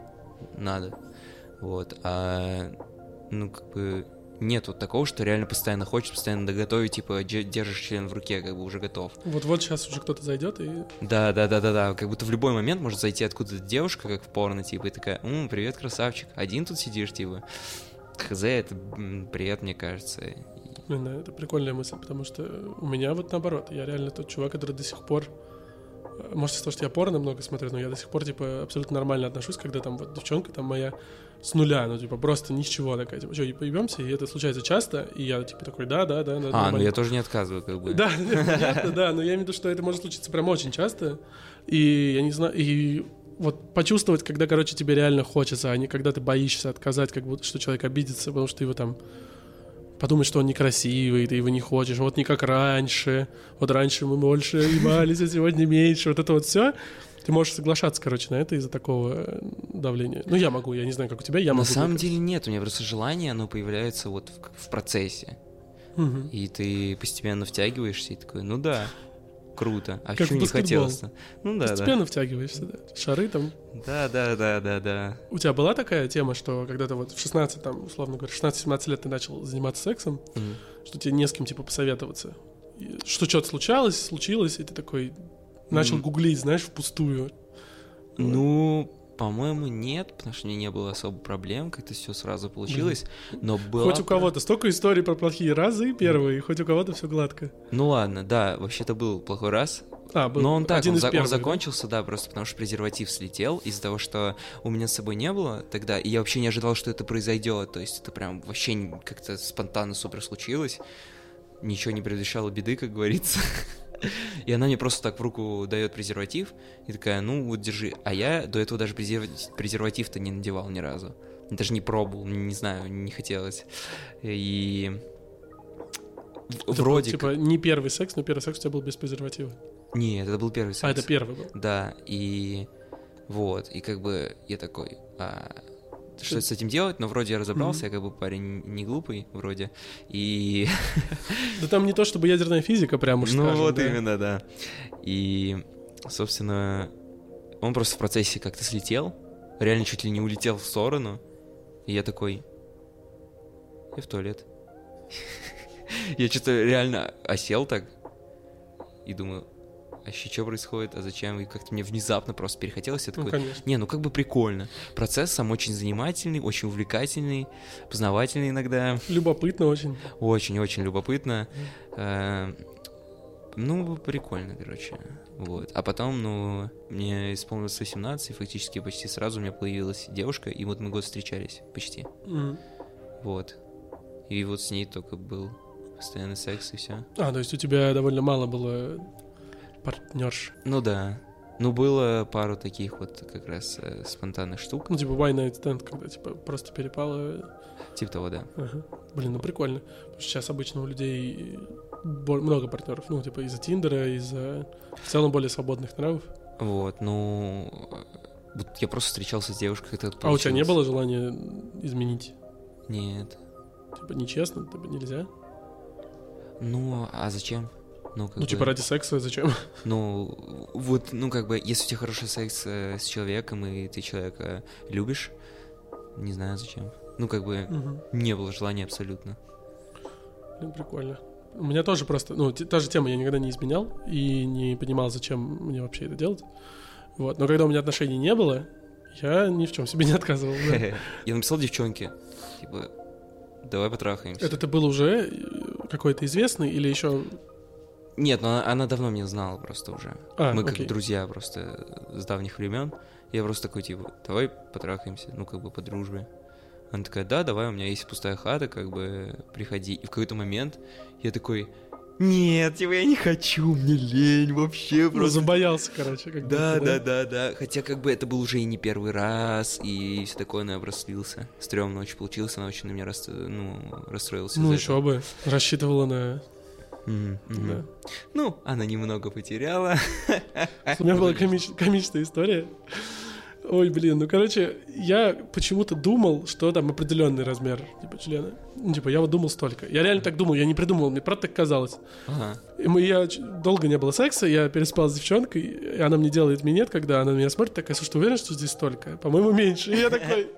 надо. Вот. А, ну, как бы... Нет вот такого, что реально постоянно хочешь, постоянно доготовить, типа, держишь член в руке, как бы уже готов. Вот сейчас уже кто-то зайдет и... Да, как будто в любой момент может зайти откуда-то девушка, как в порно, типа, и такая, привет, красавчик, один тут сидишь, типа. Хз, это бред, мне кажется. Да, это прикольная мысль, потому что у меня вот наоборот, я реально тот чувак, который до сих пор... Может, из-за того, что я порно много смотрю, но я до сих пор, типа, абсолютно нормально отношусь, когда там вот девчонка там моя с нуля, ну, типа, просто ничего такая, типа, что, поебемся, и это случается часто, и я, типа, такой, да. Ну я тоже не отказываю, как бы. Да, понятно, да, но я имею в виду, что это может случиться прям очень часто, и я не знаю, и вот почувствовать, когда, короче, тебе реально хочется, а не когда ты боишься отказать, как будто, что человек обидится, потому что ты его там... Подумать, что он некрасивый, ты его не хочешь, вот не как раньше. Вот раньше мы больше ебались, а сегодня меньше. Вот это вот все. Ты можешь соглашаться, короче, на это из-за такого давления. Ну, я могу, я не знаю, как у тебя, я могу. На самом деле нет, у меня просто желание, оно появляется вот в процессе. И ты постепенно втягиваешься и такой, ну да, круто. А как почему не хотелось-то? Ну да, постепенно втягиваешься, да. Шары там. Да. У тебя была такая тема, что когда-то вот в 16, там, условно говоря, 16-17 лет ты начал заниматься сексом, что тебе не с кем, типа, посоветоваться? Что что-то случилось, и ты такой начал гуглить, знаешь, впустую. Ну, По-моему, нет, потому что у меня не было особо проблем, как-то все сразу получилось, но было... Хоть у кого-то столько историй про плохие разы первые, хоть у кого-то все гладко. Ну ладно, да, вообще-то был плохой раз. Был Но он так, один из первых, он закончился, да, просто потому что презерватив слетел из-за того, что у меня с собой не было тогда, и я вообще не ожидал, что это произойдет, то есть это прям вообще как-то спонтанно супер случилось, ничего не предвещало беды, как говорится. И она мне просто так в руку дает презерватив, и такая, ну вот держи. А я до этого даже презерватив-то не надевал ни разу. Даже не пробовал, не знаю, не хотелось. И это вроде был, типа, не первый секс, но первый секс у тебя был без презерватива. Нет, это был первый секс. А, это первый был? Да, и вот, и как бы я такой, что с этим делать? Но вроде я разобрался, я как бы парень не глупый, вроде, и... Да там не то чтобы ядерная физика, прям уж скажем. Ну вот именно, да. И, собственно, он просто в процессе как-то слетел, реально чуть ли не улетел в сторону, и я такой, я в туалет. Я что-то реально осел так, и думаю... А еще что происходит, а зачем? И как-то мне внезапно просто перехотелось. Я такой, конечно. Как бы прикольно. Процесс сам очень занимательный, очень увлекательный, познавательный иногда. Любопытно очень. Очень-очень любопытно. Прикольно, короче. Вот. А потом, мне исполнилось 18, и фактически почти сразу у меня появилась девушка, и вот мы год встречались почти. Вот. И вот с ней только был постоянный секс, и все. То есть у тебя довольно мало было... партнерш. Ну да. Было пару таких вот как раз спонтанных штук. Типа one night stand, когда типа просто перепало. Типа того, да. Ага. Блин, прикольно. Потому что сейчас обычно у людей много партнеров. Типа из-за Тиндера, из-за в целом более свободных нравов. Вот, вот я просто встречался с девушкой, как-то получилось. А у тебя не было желания изменить? Нет. Типа нечестно, типа нельзя? А зачем? Типа ради секса зачем? Если у тебя хороший секс с человеком, и ты человека любишь, не знаю зачем. Не было желания абсолютно. Блин, прикольно. У меня тоже просто, та же тема, я никогда не изменял и не понимал, зачем мне вообще это делать. Вот, но когда у меня отношений не было, я ни в чем себе не отказывал. Я написал девчонке, типа, давай потрахаемся. Это ты был уже какой-то известный или еще... Нет, она давно меня знала просто уже. Мы как окей. друзья просто с давних времен. Я просто такой, типа, давай потрахаемся, по дружбе. Она такая, да, давай, у меня есть пустая хата, приходи. И в какой-то момент я такой, нет, я не хочу, мне лень вообще просто. Забоялся, короче. Да. Хотя это был уже и не первый раз, и все такое, но я прослился. Стрёмно очень получилось, она очень на меня расстроилась. Еще бы, рассчитывала на... Да. Она немного потеряла. У меня была комичная история. Ой, блин, я почему-то думал, что там определенный размер, члена. Я вот думал столько. Я реально так думал, я не придумывал, мне правда так казалось. Ага. Долго не было секса, я переспал с девчонкой, и она мне делает минет, когда она на меня смотрит, такая, слушай, ты уверен, что здесь столько? По-моему, меньше. И я такой...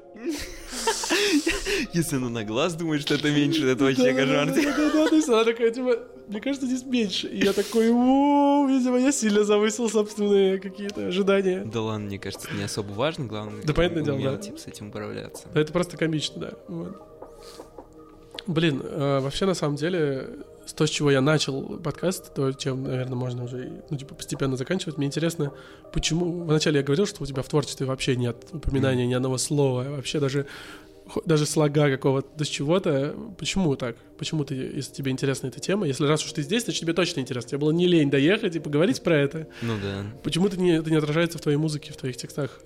Если она на глаз думает, что это меньше, это вообще кошмар. Да, то есть она такая, мне кажется, здесь меньше. И я такой, видимо, я сильно завысил собственные какие-то ожидания. Да ладно, мне кажется, это не особо важно, главное, да, понятное дело, да. с этим управляться. Это просто комично, да. Вот. Блин, вообще, на самом деле, то, с чего я начал подкаст, то, чем, наверное, можно уже постепенно заканчивать, мне интересно, почему... Вначале я говорил, что у тебя в творчестве вообще нет упоминания ни одного слова, вообще даже слога какого-то, до чего-то. Почему так? Почему если тебе интересна эта тема? Если раз уж ты здесь, значит тебе точно интересно. Тебе было не лень доехать и поговорить про это. Да. Почему это не отражается в твоей музыке, в твоих текстах?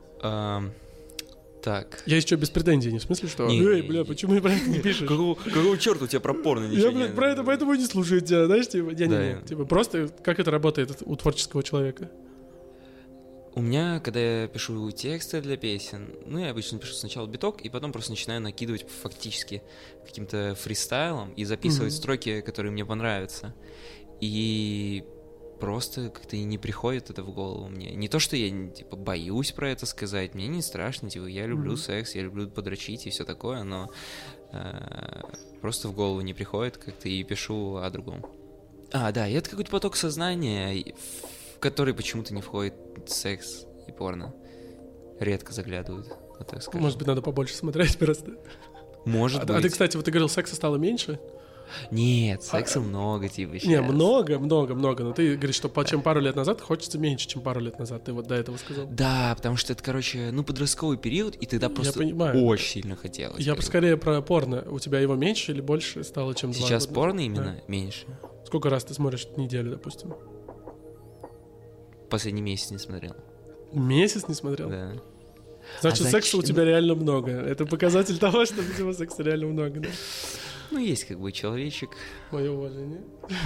Так. Я еще без претензий, не в смысле, что почему ты про это не пишешь? Какого черта у тебя про порно ничего нет? Я, про это поэтому не слушаю тебя, знаешь, не. Просто как это работает у творческого человека? У меня, когда я пишу тексты для песен, я обычно пишу сначала биток, и потом просто начинаю накидывать фактически каким-то фристайлом и записывать строки, которые мне понравятся. И просто как-то и не приходит это в голову мне. Не то, что я, боюсь про это сказать, мне не страшно, я люблю секс, я люблю подрочить и все такое, но просто в голову не приходит как-то, и пишу о другом. Да, и это какой-то поток сознания, в который почему-то не входит секс и порно. редко заглядывают, вот так скажем. Может быть, надо побольше смотреть просто. Может быть. А ты, кстати, вот ты говорил, секса стало меньше? Нет, секса много, типа, сейчас. Не, много, но ты говоришь, что чем пару лет назад хочется меньше, чем пару лет назад. Ты вот до этого сказал. Да, потому что это, короче, подростковый период, и тогда просто очень сильно хотелось. Я скорее про порно. У тебя его меньше или больше стало, чем 2 года? Сейчас порно именно меньше. Сколько раз ты смотришь в неделю, допустим? Последний месяц не смотрел. Месяц не смотрел? Да. Значит, секса у тебя реально много. Это показатель того, что у тебя секса реально много, да? Ну, есть как бы человечек. Мое уважение.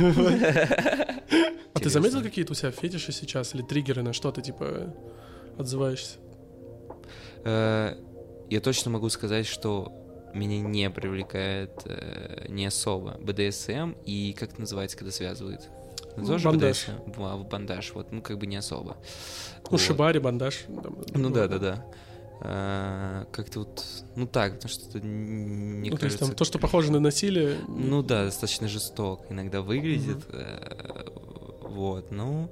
А ты заметил какие-то у себя фетиши сейчас или триггеры, на что ты, типа, отзываешься? Я точно могу сказать, что меня не привлекает не особо БДСМ и как это называется, когда связывают? Тоже бандаж. БДСМ? Бандаж, вот, ну, как бы не особо. Ну, шибари, бандаж. Ну, да. Как-то вот, ну так, потому что мне кажется... То есть там то, что похоже на насилие... Ну да, достаточно жестоко иногда выглядит, вот, ну...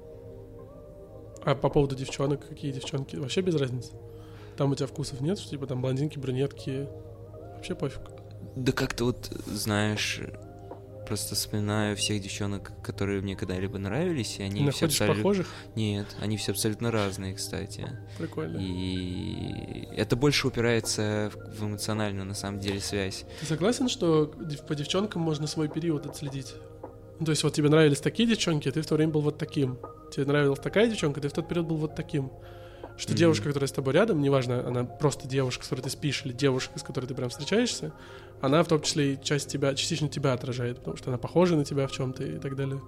А по поводу девчонок, какие девчонки? Вообще без разницы? Там у тебя вкусов нет, что типа там блондинки, брюнетки, вообще пофиг? Да как-то вот, знаешь... Просто вспоминаю всех девчонок, которые мне когда-либо нравились, и они находишь все абсолютно... похожих? Нет, они все абсолютно разные, кстати. Прикольно. И это больше упирается в эмоциональную, на самом деле, связь. Ты согласен, что по девчонкам можно свой период отследить? Ну, то есть вот тебе нравились такие девчонки, а ты в то время был вот таким. Тебе нравилась такая девчонка, ты в тот период был вот таким. Что девушка, которая с тобой рядом, неважно, она просто девушка, с которой ты спишь, или девушка, с которой ты прям встречаешься, она в том числе и частично тебя отражает, потому что она похожа на тебя в чем-то и так далее.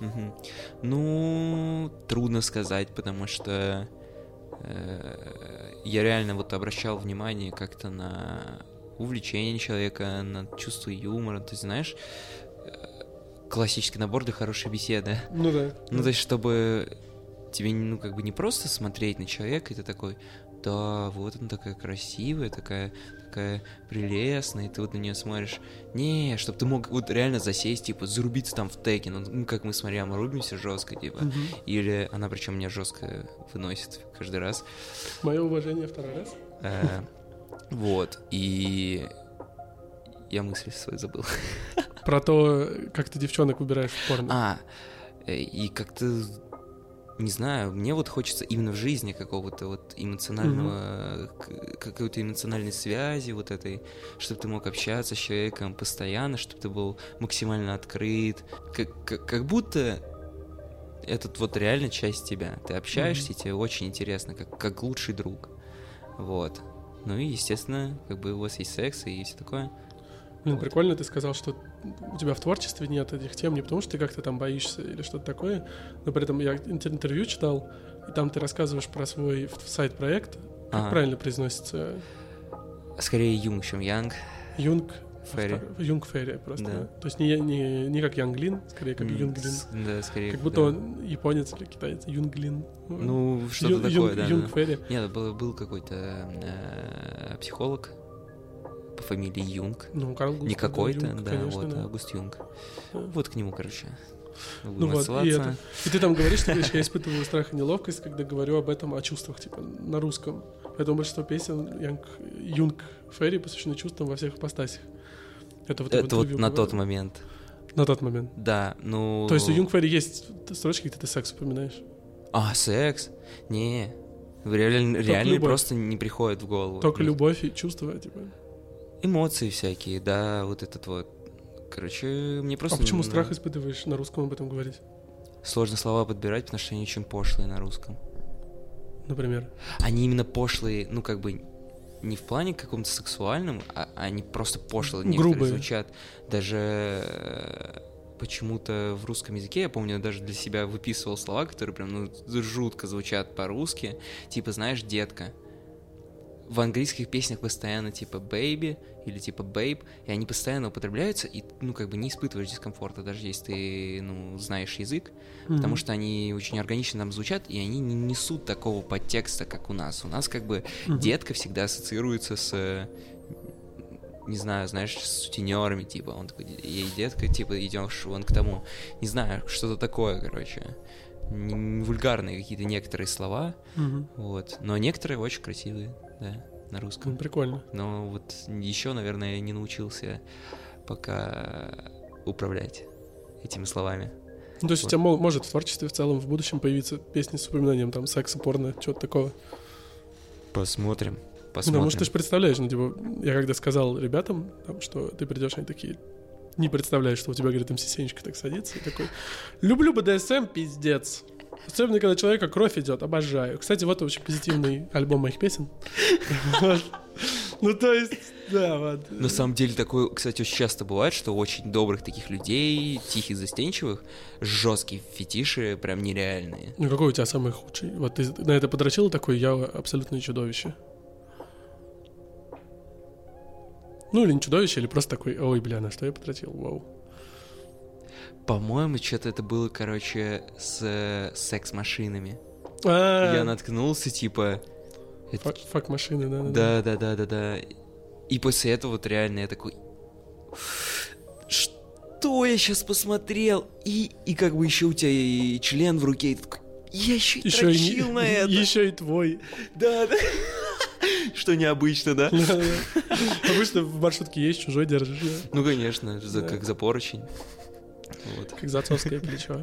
Ну, трудно сказать, потому что я реально вот обращал внимание как-то на увлечение человека, на чувство юмора, ты знаешь, классический набор для хорошей беседы. Ну да. Ну, то есть, чтобы тебе, ну, как бы не просто смотреть на человека, и ты такой, да, вот она такая красивая, такая прелестная, и ты вот на нее смотришь. Не, чтобы ты мог вот реально засесть, типа, зарубиться там в Tekken, ну, как мы с Мариамой рубимся жестко, типа. Или она, причем меня жестко выносит каждый раз. Мое уважение второй раз. Вот, и я мысли свои забыл. Про то, как ты девчонок выбираешь в порно. И как-то... Не знаю, мне вот хочется именно в жизни какого-то вот эмоционального, какой-то эмоциональной связи вот этой, чтобы ты мог общаться с человеком постоянно, чтобы ты был максимально открыт, как будто это вот реально часть тебя. Ты общаешься, и тебе очень интересно, как лучший друг. Вот. Ну и, естественно, как бы у вас есть секс и все такое. Блин, прикольно ты сказал, что у тебя в творчестве нет этих тем, не потому что ты как-то там боишься или что-то такое, но при этом я интервью читал, и там ты рассказываешь про свой сайт-проект. Как правильно произносится? Скорее Юнг, чем Янг. Юнг Ферри. Юнг Ферри просто. Да. То есть не как Янглин, скорее как Юнглин. Да, скорее. Как будто он японец или китаец. Юнглин. Ну, что-то такое, да. Юнг Ферри. Нет, был какой-то психолог по фамилии Юнг. Ну, Карл Густав. Не какой-то, Юнг, да, конечно, вот, да. Август Юнг. Да. Вот к нему, короче. Ну вот, и ты там говоришь, что я испытываю страх и неловкость, когда говорю об этом, о чувствах, типа, на русском. Поэтому большинство песен Юнг Ферри посвящены чувствам во всех ипостасях. Это вот на тот момент. На тот момент. Да, ну... То есть у Юнг Ферри есть строчки, где ты секс упоминаешь? Секс? Не. Реально просто не приходит в голову. Только любовь и чувства, типа. Эмоции всякие, да, вот этот вот. Короче, мне просто... А почему страх испытываешь на русском об этом говорить? Сложно слова подбирать, потому что они очень пошлые на русском. Например? Они именно пошлые, ну, как бы, не в плане каком-то сексуальном, а они просто пошлые. Некоторые грубые. Звучат даже... Почему-то в русском языке, я помню, даже для себя выписывал слова, которые прям, ну, жутко звучат по-русски. Типа, знаешь, детка. В английских песнях постоянно типа baby или типа babe, и они постоянно употребляются, и, ну, как бы не испытываешь дискомфорта, даже если ты, ну, знаешь язык, потому что они очень органично там звучат, и они не несут такого подтекста, как у нас. У нас как бы детка всегда ассоциируется с... не знаю, знаешь, с сутенерами, типа, он такой, ей, детка, типа, идешь вон к тому, не знаю, что-то такое, короче. вульгарные какие-то некоторые слова, вот, но некоторые очень красивые, да, на русском. Прикольно. Но вот еще, наверное, я не научился пока управлять этими словами. Ну, то есть у тебя может в творчестве в целом в будущем появиться песни с упоминанием там секса, порно, чего-то такого? Посмотрим. Ну, может, ты же представляешь, ну, типа, я когда сказал ребятам, там, что ты придешь, они такие, не представляешь, что у тебя, говорит, МС-Сенечка так садится и такой, люблю БДСМ, пиздец. Особенно, когда человека кровь идет, обожаю. Кстати, вот очень позитивный альбом моих песен. Ну, то есть, да, вот. На самом деле, такое, кстати, очень часто бывает, что у очень добрых таких людей, тихих, застенчивых, жесткие фетиши прям нереальные. Ну, какой у тебя самый худший? Вот ты на это подрочил такой, я абсолютное чудовище. Ну, или не чудовище, или просто такой, ой, бля, на что я подрочил, вау. По-моему, что-то это было, короче, с секс-машинами. Я наткнулся, типа... Фак-машины, да. Да. И после этого вот реально я такой... Что я сейчас посмотрел? И как бы еще у тебя и член в руке, и ты такой... Я еще и дрочил на это. Еще и твой. Да. Что необычно, да? Обычно в маршрутке есть, чужой держишь. Ну, конечно, как за поручень. Вот. Как за отцовское плечо.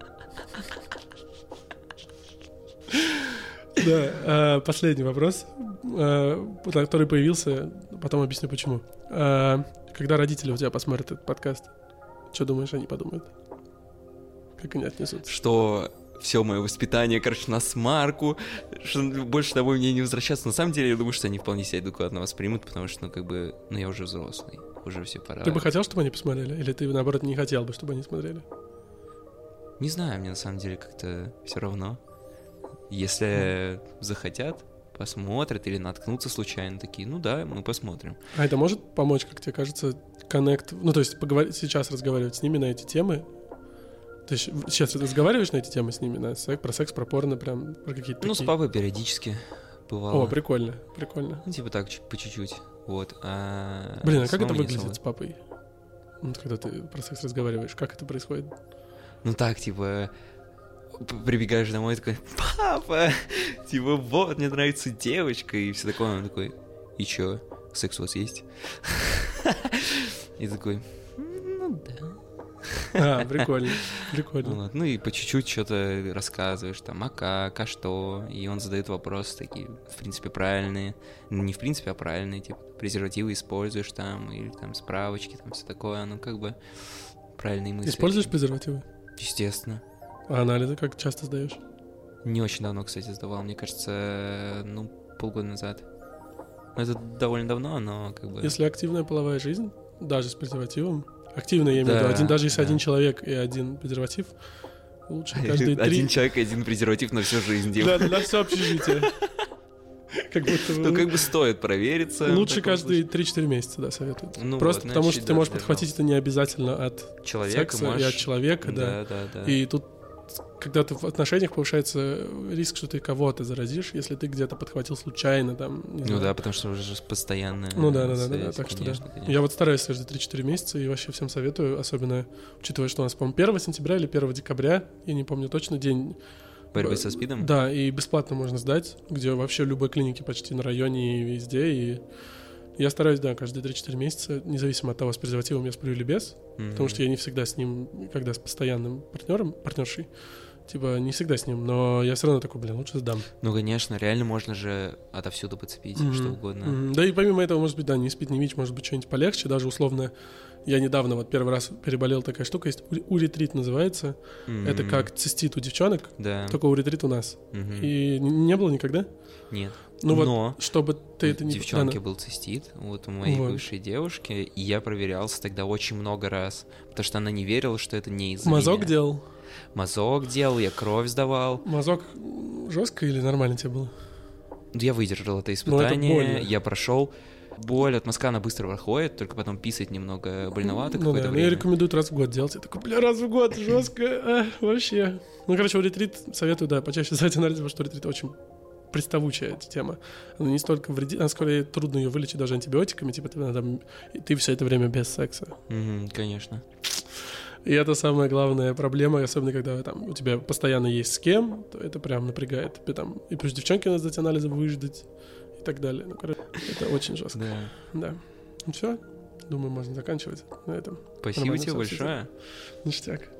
Да, последний вопрос, который появился, потом объясню почему. Когда родители у тебя посмотрят этот подкаст, что думаешь, они подумают? Как они отнесутся? Что все мое воспитание, короче, на смарку, что больше домой мне не возвращаться. На самом деле, я думаю, что они вполне себя адекватно воспримут, потому что, ну, как бы, ну, я уже взрослый, уже все пора. Ты бы хотел, чтобы они посмотрели? Или ты, наоборот, не хотел бы, чтобы они смотрели? Не знаю, мне на самом деле как-то все равно. Если захотят, посмотрят или наткнутся случайно, такие, ну да, мы посмотрим. А это может помочь, как тебе кажется, коннект, ну, то есть сейчас разговаривать с ними на эти темы? Ты сейчас разговариваешь на эти темы с ними, про секс, про порно, прям про какие-то такие? Ну, с папой периодически бывало. О, прикольно. Ну, типа так, по чуть-чуть, вот. Блин, а как это выглядит с папой? Ну, когда ты про секс разговариваешь, как это происходит? Ну, так, типа, прибегаешь домой и такой, папа, типа, вот, мне нравится девочка, и все такое. Он такой, и чё, секс у вас есть? И такой, ну да. Прикольно. Ну и по чуть-чуть что-то рассказываешь, там, а как, а что, и он задает вопросы такие, в принципе, правильные, ну не в принципе, а правильные, типа, презервативы используешь там, или там справочки, там все такое, ну как бы правильные мысли. Используешь презервативы? Естественно. А анализы как часто сдаешь? Не очень давно, кстати, сдавал, мне кажется, ну, полгода назад. Это довольно давно, но как бы... Если активная половая жизнь, даже с презервативом, активно, я имею в виду, даже если один человек и один презерватив, лучше каждые 3... Один человек и один презерватив на всю жизнь делать. Да, на все общежитие. Ну, как бы стоит провериться. Лучше каждые 3-4 месяца, да, советуют. Просто потому, что ты можешь подхватить это не обязательно от секса и от человека, да. И тут, когда ты в отношениях, повышается риск, что ты кого-то заразишь, если ты где-то подхватил случайно, там, не знаю. Ну да, потому что уже постоянно. Ну да, так что да. Я вот стараюсь каждые 3-4 месяца и вообще всем советую, особенно учитывая, что у нас, по-моему, 1 сентября или 1 декабря, я не помню точно, день борьбы со СПИДом? Да, и бесплатно можно сдать, где вообще в любой клинике почти на районе и везде, и я стараюсь, да, каждые 3-4 месяца, независимо от того, с презервативом я сплю или без, потому что я не всегда с ним, когда с постоянным партнершей, типа, не всегда с ним, но я все равно такой, блин, лучше сдам. Ну, конечно, реально можно же отовсюду подцепить, что угодно. Да и помимо этого, может быть, да, не СПИД, не ВИЧ, может быть, что-нибудь полегче, даже условно. Я недавно вот первый раз переболел, такая штука есть, уретрит называется. Это как цистит у девчонок, только уретрит у нас. И не было никогда? Нет. Ну но вот, чтобы ты это не... У девчонки был цистит, вот у моей бывшей девушки, и я проверялся тогда очень много раз, потому что она не верила, что это не из-за Мазок меня. делал? Мазок делал, я кровь сдавал. Мазок жестко или нормально тебе было? Я выдержал это испытание, я прошел. Боль от мазка, она быстро проходит, только потом писать немного больновато какое-то время. Я рекомендую раз в год делать. Я такой, раз в год, жестко, вообще. Ну, короче, уретрит советую, да, почаще сдать анализ, потому что уретрит очень приставучая тема. Она не столько вредит, она скорее трудно ее вылечить даже антибиотиками, типа ты все это время без секса. Конечно. И это самая главная проблема, особенно когда там у тебя постоянно есть с кем, то это прям напрягает. Тебе там и плюс девчонки надо эти анализы выждать и так далее. Ну, короче, это очень жестко. Да. Ну все, думаю, можно заканчивать на этом. Спасибо тебе большое. Ништяк.